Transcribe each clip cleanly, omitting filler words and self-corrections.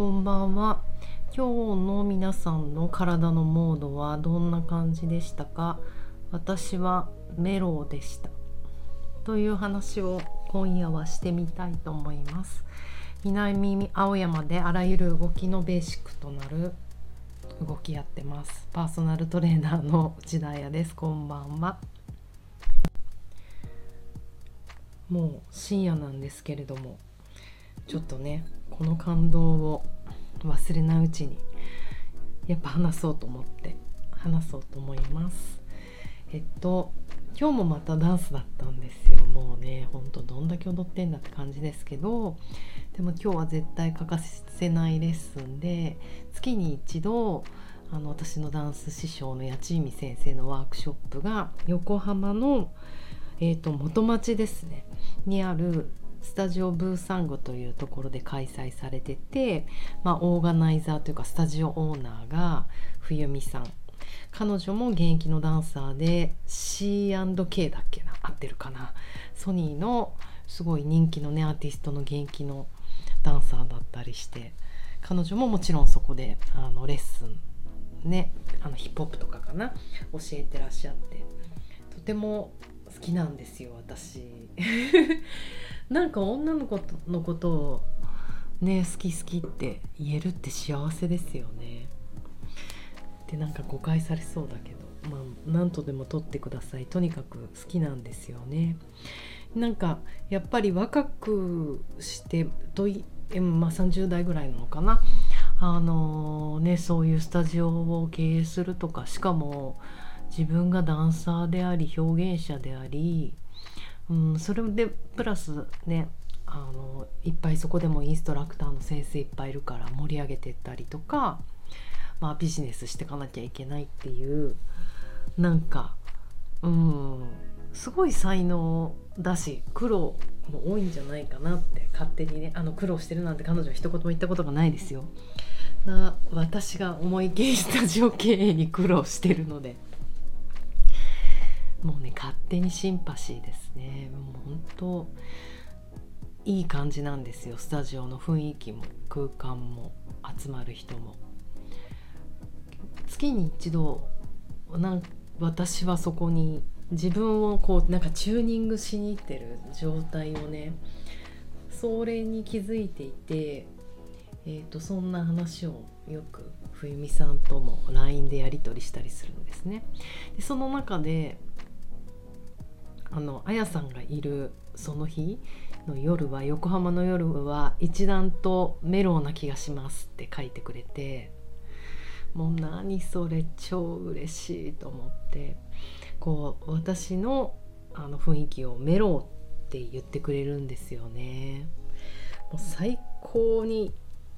こんばんは。今日の皆さんの体のモードはどんな感じでしたか？私はメロウでした。という話を今夜はしてみたいと思います。南青山であらゆる動きのベーシックとなる動きやってます。パーソナルトレーナーの内田彩です。こんばんは。もう深夜なんですけれども、ちょっとね、この感動を忘れないうちにやっぱ話そうと思います。今日もまたダンスだったんですよ。もうね、ほんとどんだけ踊ってんだって感じですけど、でも今日は絶対欠かせないレッスンで、月に一度私のダンス師匠の八千美先生のワークショップが横浜の、元町ですねにあるスタジオブーサンゴというところで開催されてて、オーガナイザーというかスタジオオーナーが冬美さん。彼女も現役のダンサーで C&K だっけな、合ってるかな、ソニーのすごい人気のねアーティストの現役のダンサーだったりして、彼女ももちろんそこでレッスンね、ヒップホップとかかな教えてらっしゃって、とても好きなんですよ私なんか女の子のことをね、好きって言えるって幸せですよね。で、なんか誤解されそうだけど、何とでも取ってください。とにかく好きなんですよね。なんかやっぱり若くして30代ぐらいなのかな、そういうスタジオを経営するとか、しかも自分がダンサーであり表現者であり、それでプラスね、いっぱいそこでもインストラクターの先生いっぱいいるから盛り上げてったりとか、ビジネスしていかなきゃいけないっていう、なんかすごい才能だし苦労も多いんじゃないかなって勝手にね、苦労してるなんて彼女は一言も言ったことがないですよ。私が思いっきりスタジオ経営に苦労してるので、もうね、勝手にシンパシーですね。もう本当いい感じなんですよ。スタジオの雰囲気も空間も集まる人も。月に一度私はそこに自分をなんかチューニングしに行ってる状態をね、それに気づいていて、そんな話をよく冬美さんとも LINE でやり取りしたりするんですね。でその中であやさんがいるその日の夜は、横浜の夜は一段とメロウな気がしますって書いてくれて、もう何それ超嬉しいと思って、私の雰囲気をメロウって言ってくれるんですよね。もう最高に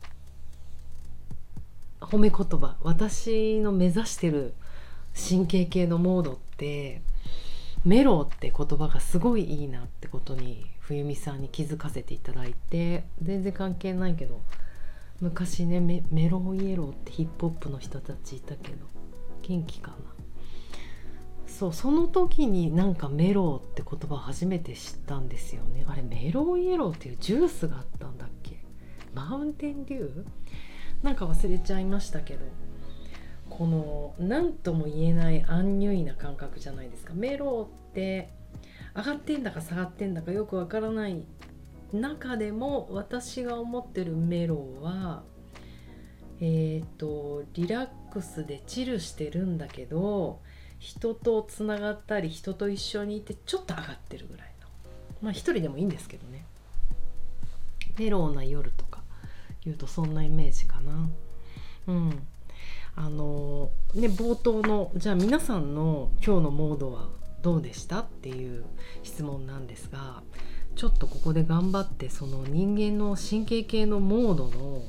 褒め言葉。私の目指してる神経系のモードってメロウって言葉がすごいいいなってことに冬美さんに気づかせていただいて、全然関係ないけど昔ね、メロウイエローってヒップホップの人たちいたけど元気かな。その時になんかメロウって言葉を初めて知ったんですよね。あれ、メロウイエローっていうジュースがあったんだっけ、マウンテンデューなんか忘れちゃいましたけど、この何とも言えないアンニュイな感覚じゃないですか。メロウって上がってんだか下がってんだかよくわからない中でも、私が思ってるメロウはリラックスでチルしてるんだけど、人とつながったり人と一緒にいてちょっと上がってるぐらいの、一人でもいいんですけどね、メロウな夜とか言うとそんなイメージかな。冒頭のじゃあ皆さんの今日のモードはどうでしたっていう質問なんですが、ちょっとここで頑張ってその人間の神経系のモードの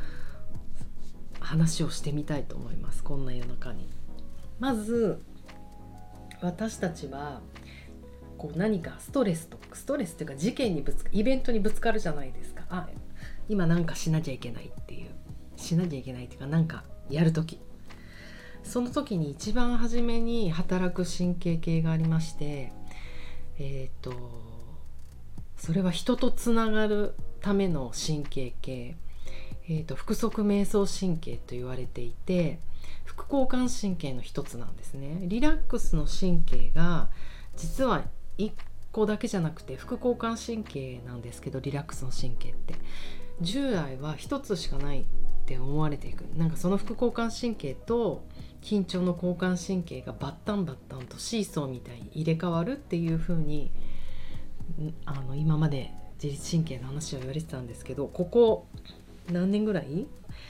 話をしてみたいと思います。こんな夜中に。まず私たちは何かストレスっていうか事件にイベントにぶつかるじゃないですか。今なんかしなきゃいけないっていうか、なんかやるとき、その時に一番初めに働く神経系がありまして、それは人とつながるための神経系、 腹側瞑想神経と言われていて、副交感神経の一つなんですね。リラックスの神経が実は1個だけじゃなくて副交感神経なんですけど、リラックスの神経って従来は1つしかないって思われていく。なんかその副交感神経と緊張の交感神経がバッタンバッタンとシーソーみたいに入れ替わるっていう風に今まで自律神経の話は言われてたんですけど、ここ何年ぐらい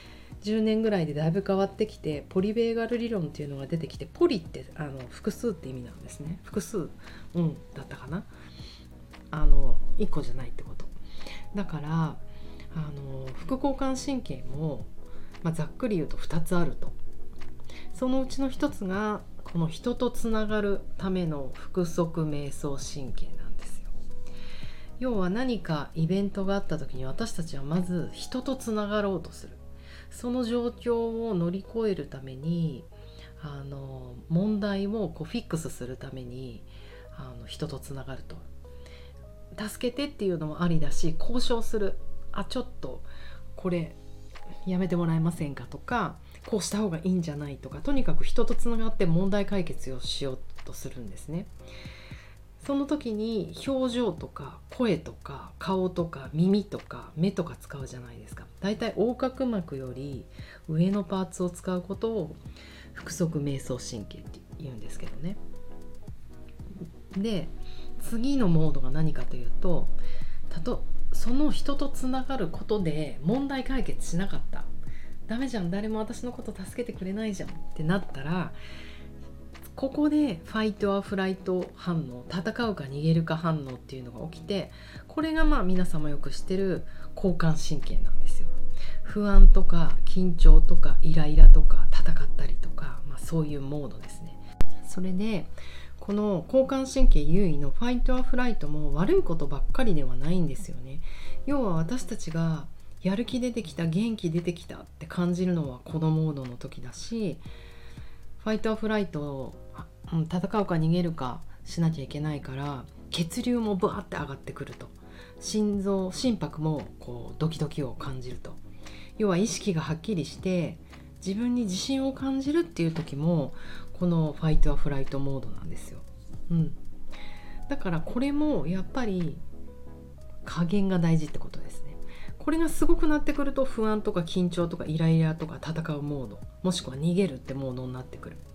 10年ぐらいでだいぶ変わってきて、ポリベーガル理論っていうのが出てきて、ポリって複数って意味なんですね。複数、だったかな、1個じゃないってことだから、副交感神経も、ざっくり言うと2つあると。そのうちの1つがこの人とつながるための腹側瞑想神経なんですよ。要は何かイベントがあった時に私たちはまず人とつながろうとする。その状況を乗り越えるために問題をフィックスするために人とつながると。助けてっていうのもありだし、交渉する、ちょっとこれやめてもらえませんかとか、こうした方がいいんじゃないとか、とにかく人とつながって問題解決をしようとするんですね。その時に表情とか声とか顔とか耳とか目とか使うじゃないですか。だいたい横隔膜より上のパーツを使うことを腹側瞑想神経って言うんですけどね。で、次のモードが何かというと、その人とつながることで問題解決しなかった、ダメじゃん、誰も私のこと助けてくれないじゃんってなったら、ここでファイトアフライト反応、戦うか逃げるか反応っていうのが起きて、これが皆様よく知ってる交感神経なんですよ。不安とか緊張とかイライラとか戦ったりとか、そういうモードですね。それでこの交感神経優位のファイトアフライトも悪いことばっかりではないんですよね。要は私たちがやる気出てきた、元気出てきたって感じるのはこのモードの時だし、ファイトアフライト、戦うか逃げるかしなきゃいけないから、血流もブワーって上がってくると、心拍もドキドキを感じると。要は意識がはっきりして自分に自信を感じるっていう時もこのファイトアフライトモードなんですよ。だからこれもやっぱり加減が大事ってことですね。これがすごくなってくると不安とか緊張とかイライラとか戦うモード、もしくは逃げるってモードになってくる。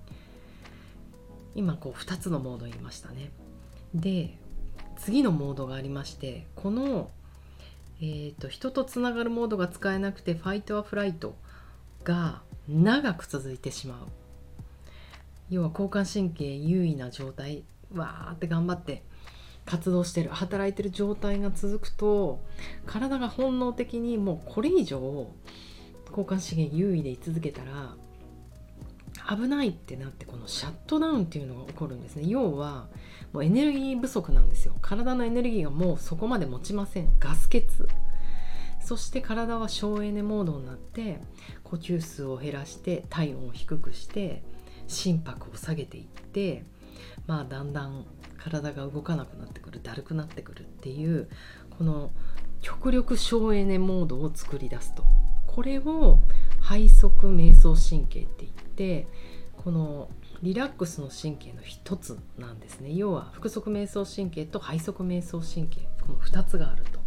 今2つのモード言いましたね。で、次のモードがありまして、この、人とつながるモードが使えなくてファイトアフライトが長く続いてしまう。要は交感神経優位な状態、わーって頑張って活動してる、働いてる状態が続くと、体が本能的にもうこれ以上交感神経優位で居続けたら危ないってなって、このシャットダウンっていうのが起こるんですね。要はもうエネルギー不足なんですよ。体のエネルギーがもうそこまで持ちません。ガス欠。そして体は省エネモードになって呼吸数を減らして体温を低くして心拍を下げていって、だんだん体が動かなくなってくる、だるくなってくるっていう、この極力省エネモードを作り出すと。これを背側瞑想神経って言って、このリラックスの神経の一つなんですね。要は腹側瞑想神経と背側瞑想神経、この2つがあると。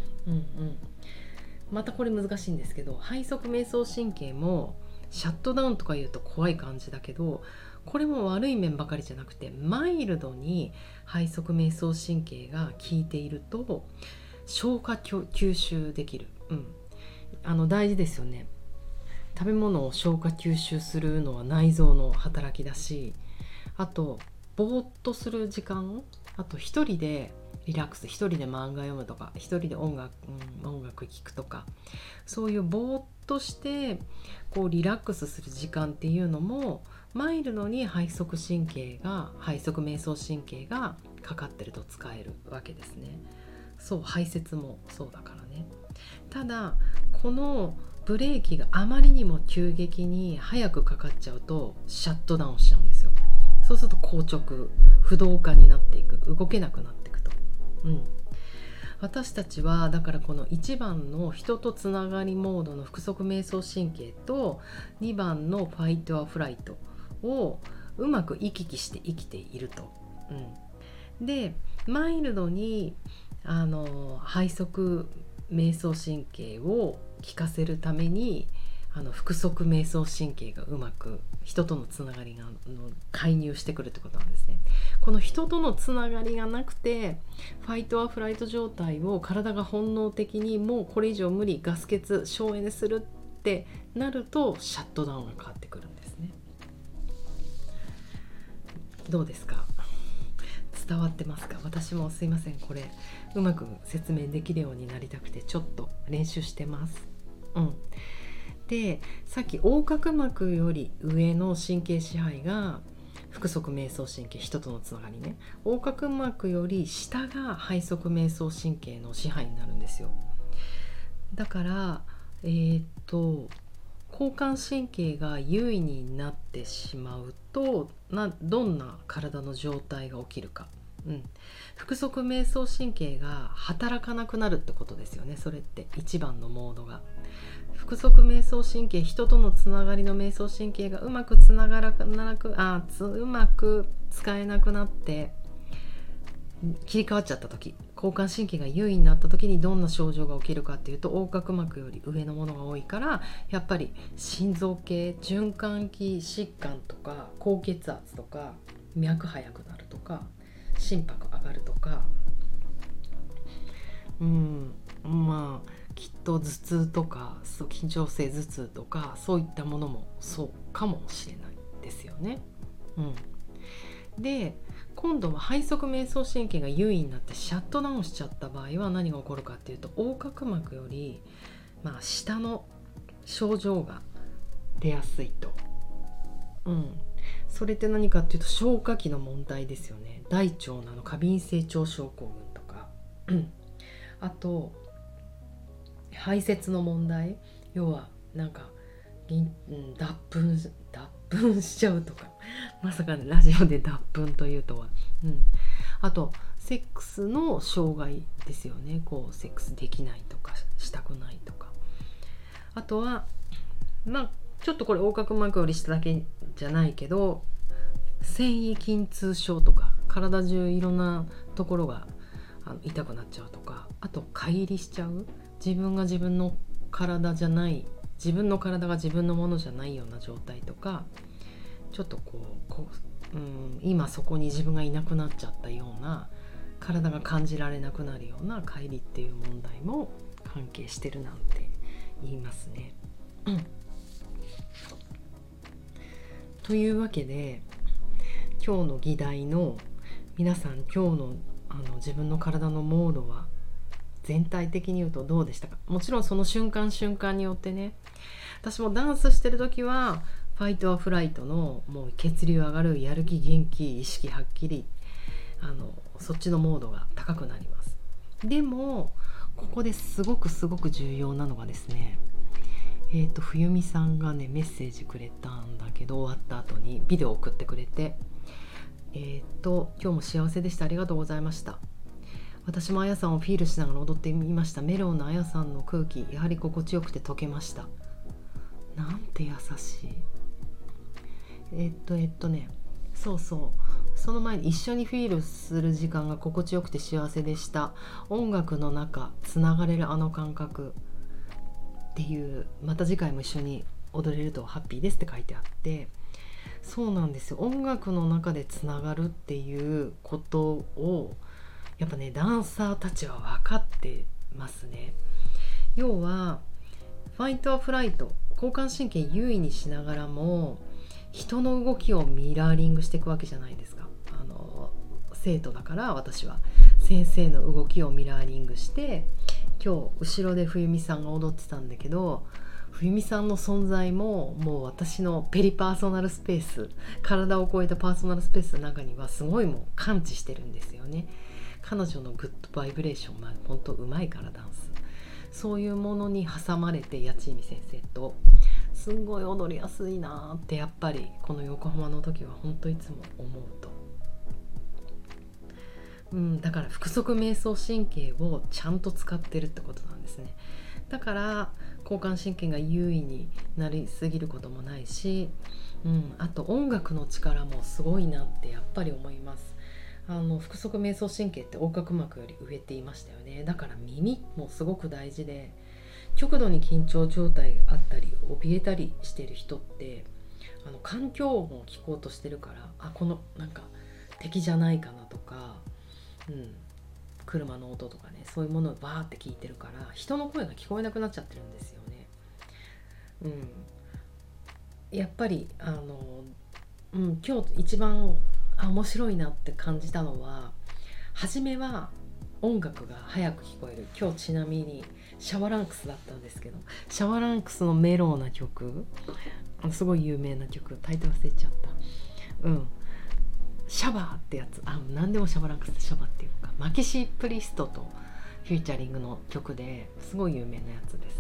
またこれ難しいんですけど、背側瞑想神経もシャットダウンとか言うと怖い感じだけど、これも悪い面ばかりじゃなくて、マイルドに背側瞑想神経が効いていると消化吸収できる。大事ですよね。食べ物を消化吸収するのは内臓の働きだし、あとぼーっとする時間、あと一人でリラックス、一人で漫画読むとか、一人で音楽聴くとか、そういうぼーっとしてリラックスする時間っていうのもマイルドに背側瞑想神経がかかってると使えるわけですね。そう、排泄もそうだからね。ただこのブレーキがあまりにも急激に早くかかっちゃうとシャットダウンしちゃうんですよ。そうすると硬直、不動化になっていく、動けなくなっていくと。 私たちはだからこの1番の人とつながりモードの腹側瞑想神経と2番のファイトアフライトをうまく行き来して生きていると、でマイルドに背側瞑想神経を効かせるために腹側瞑想神経がうまく人とのつながりが介入してくるってことなんですね。この人とのつながりがなくてファイトアフライト状態を体が本能的にもうこれ以上無理、ガス欠省エネするってなるとシャットダウンが変わってくるんですね。どうですか？伝わってますか？私もすいません、これうまく説明できるようになりたくてちょっと練習してます。でさっき横隔膜より上の神経支配が腹側瞑想神経、人とのつながりね。横隔膜より下が背側瞑想神経の支配になるんですよ。だから交感神経が優位になってしまうとどんな体の状態が起きるか、腹側瞑想神経が働かなくなるってことですよね。それって一番のモードが腹側瞑想神経、人とのつながりの瞑想神経がうまくうまく使えなくなって切り替わっちゃった時、交感神経が優位になった時にどんな症状が起きるかっていうと、横隔膜より上のものが多いからやっぱり心臓系、循環器疾患とか高血圧とか脈速くなるとか心拍上がるとか、きっと頭痛とか緊張性頭痛とかそういったものもそうかもしれないですよね。で今度は背側瞑想神経が優位になってシャットダウンしちゃった場合は何が起こるかっていうと、横隔膜より、下の症状が出やすいと。それって何かっていうと消化器の問題ですよね。大腸の過敏性腸症候群とかあと排泄の問題、要は脱粉しちゃうとか、まさかねラジオで脱粉というとは、あとセックスの障害ですよね。セックスできないとかしたくないとか、あとはちょっとこれ横隔膜より下だけじゃないけど繊維筋痛症とか、体中いろんなところが痛くなっちゃうとか、あと乖離しちゃう、自分が自分の体じゃない、自分の体が自分のものじゃないような状態とか、ちょっと今そこに自分がいなくなっちゃったような、体が感じられなくなるような乖離っていう問題も関係してるなんて言いますね。というわけで今日の議題の皆さん、今日の自分の体のモードは全体的に言うとどうでしたか？もちろんその瞬間瞬間によってね、私もダンスしてる時はファイトアフライトのもう血流上がる、やる気元気、意識はっきり、そっちのモードが高くなります。でもここですごく重要なのがですね、冬美さんがねメッセージくれたんだけど、終わった後にビデオ送ってくれて、今日も幸せでした、ありがとうございました。私もあやさんをフィールしながら踊ってみました。メロンのあやさんの空気、やはり心地よくて溶けました。なんて優しい。その前に一緒にフィールする時間が心地よくて幸せでした。音楽の中つながれるあの感覚っていう、また次回も一緒に踊れるとハッピーですって書いてあって、そうなんですよ。音楽の中でつながるっていうことをやっぱねダンサーたちは分かってますね。要はファイトアフライト、交感神経優位にしながらも人の動きをミラーリングしていくわけじゃないですか。生徒だから私は先生の動きをミラーリングして、今日後ろで冬美さんが踊ってたんだけど、冬美さんの存在ももう私のペリパーソナルスペース、体を超えたパーソナルスペースの中にはすごいもう感知してるんですよね。彼女のグッドバイブレーションは本当うまいからダンス、そういうものに挟まれて八千美先生とすんごい踊りやすいなって、やっぱりこの横浜の時は本当いつも思うと。 だから腹側瞑想神経をちゃんと使ってるってことなんですね。だから交感神経が優位になりすぎることもないし、あと音楽の力もすごいなってやっぱり思います。腹側瞑想神経って横隔膜より上って言いましたよね。だから耳もすごく大事で、極度に緊張状態があったり怯えたりしてる人って環境音を聞こうとしてるから、このなんか敵じゃないかなとか、車の音とかね、そういうものをバーって聞いてるから人の声が聞こえなくなっちゃってるんですよね。やっぱり今日一番面白いなって感じたのは、初めは音楽が早く聞こえる。今日ちなみにシャワランクスだったんですけど、シャワランクスのメローな曲、すごい有名な曲、タイトル忘れちゃった。シャバーってやつ、何でもシャバランクスでシャバっていうか、マキシプリストとフューチャリングの曲ですごい有名なやつです。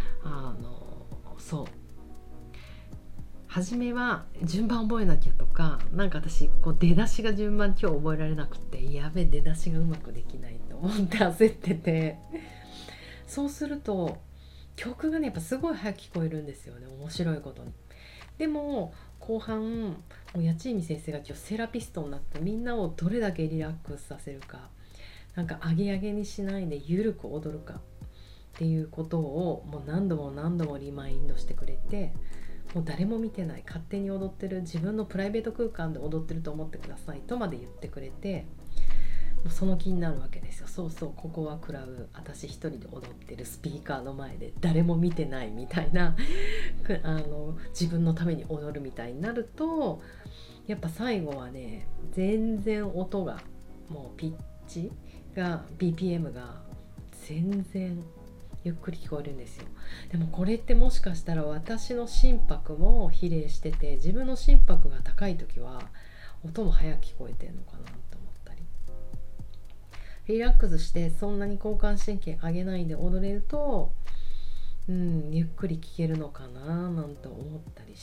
そう、初めは順番覚えなきゃとか、なんか私出だしが順番今日覚えられなくて、やべえ出だしがうまくできないと思って焦ってて、そうすると曲がねやっぱすごい早く聞こえるんですよね、面白いことに。でも後半もう八千美先生が今日セラピストになってみんなをどれだけリラックスさせるか、なんかアゲアゲにしないでゆるく踊るかっていうことをもう何度も何度もリマインドしてくれて、もう誰も見てない、勝手に踊ってる、自分のプライベート空間で踊ってると思ってくださいとまで言ってくれて、もうその気になるわけですよ。そうそう、ここはクラブ、私一人で踊ってるスピーカーの前で誰も見てないみたいな自分のために踊るみたいになると、やっぱ最後はね全然音がもうピッチが BPM が全然ゆっくり聞こえるんですよ。でもこれってもしかしたら私の心拍も比例してて、自分の心拍が高い時は音も早く聞こえてるのかなと思ったり、リラックスしてそんなに交感神経上げないで踊れると、ゆっくり聞けるのかななんて思ったりして、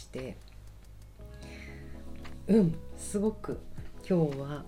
すごく今日は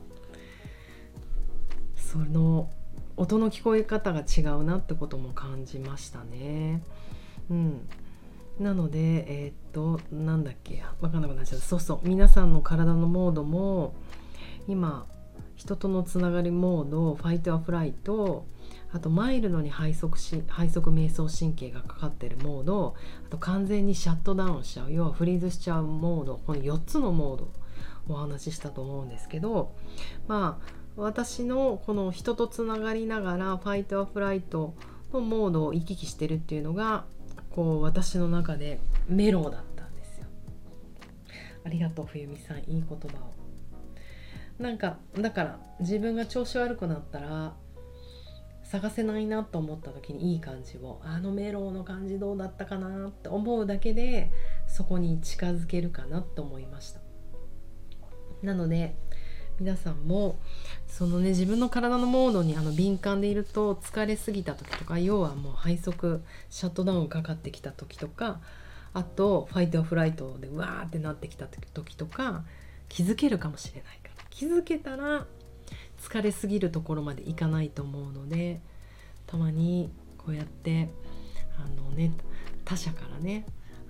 その音の聞こえ方が違うなってことも感じましたね。なのでなんだっけ、分かんなくなっちゃった。そうそう、皆さんの体のモードも今人とのつながりモード、ファイトアフライト、あとマイルドに背側瞑想神経がかかってるモード、あと完全にシャットダウンしちゃう、要はフリーズしちゃうモード、この4つのモードをお話ししたと思うんですけど、私のこの人とつながりながらファイトアフライトのモードを行き来してるっていうのが私の中でメローだったんですよ。ありがとう冬美さん、いい言葉を。なんかだから自分が調子悪くなったら探せないなと思った時にいい感じを、メローの感じどうだったかなって思うだけでそこに近づけるかなと思いました。なので皆さんもそのね、自分の体のモードに敏感でいると、疲れすぎた時とか、要はもう背側シャットダウンかかってきた時とか、あとファイトアフライトでわーってなってきた時とか気づけるかもしれないから、気づけたら疲れすぎるところまでいかないと思うので、たまにこうやって他者からね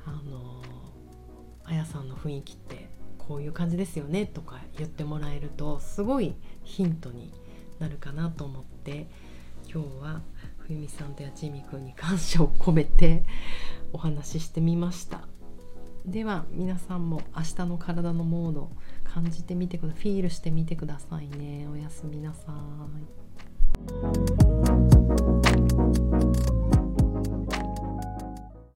あやさんの雰囲気ってこういう感じですよねとか言ってもらえるとすごいヒントになるかなと思って、今日は冬美さんとやちみくんに感謝を込めてお話ししてみました。では皆さんも明日の体のモード感じてみてください。フィールしてみてくださいね。おやすみなさい。